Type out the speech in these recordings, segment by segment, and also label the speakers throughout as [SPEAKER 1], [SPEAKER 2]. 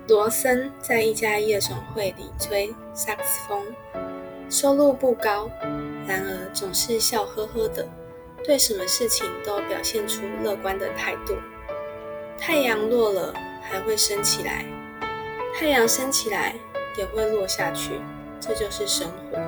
[SPEAKER 1] 罗森在一家夜总会里吹萨克斯风，收入不高，然而总是笑呵呵的，对什么事情都表现出乐观的态度。太阳落了还会升起来，太阳升起来也会落下去，这就是生活。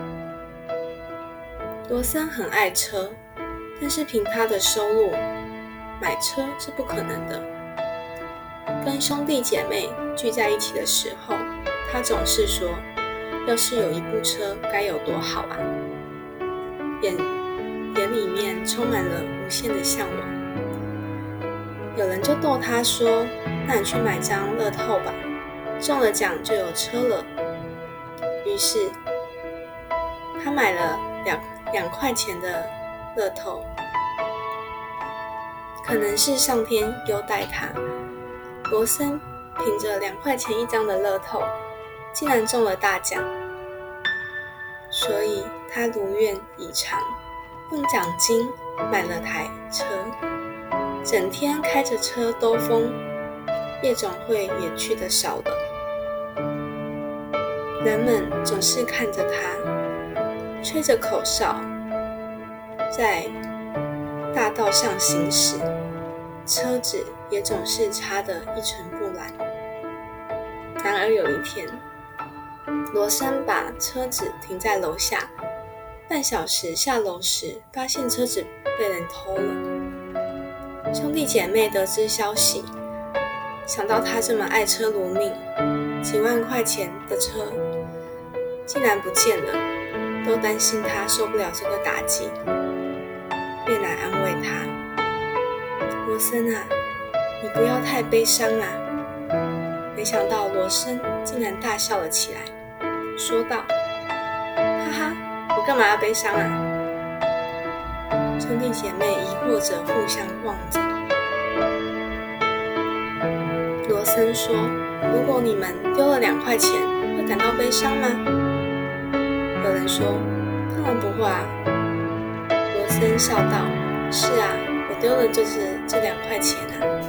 [SPEAKER 1] 罗森很爱车，但是凭他的收入，买车是不可能的。跟兄弟姐妹聚在一起的时候，他总是说，要是有一部车该有多好啊，眼里面充满了无限的向往。有人就逗他说，那你去买张乐透吧，中了奖就有车了。于是他买了2块钱的乐透，可能是上天优待他，罗森凭着2块钱一张的乐透竟然中了大奖，所以他如愿以偿，用奖金买了台车，整天开着车兜风，夜总会也去得少了。人们总是看着他吹着口哨在大道上行驶，车子也总是擦得一尘不染。然而有一天，罗森把车子停在楼下，半小时下楼时，发现车子被人偷了。兄弟姐妹得知消息，想到他这么爱车如命，几万块钱的车竟然不见了，都担心他受不了这个打击，便来安慰他。罗森啊，你不要太悲伤啊。没想到罗森竟然大笑了起来，说道，哈哈，我干嘛要悲伤啊？兄弟姐妹疑惑着互相望着。罗森说，如果你们丢了2块钱，会感到悲伤吗？有人说，当然不会啊。罗森笑道，是啊，我丢的就是这2块钱啊。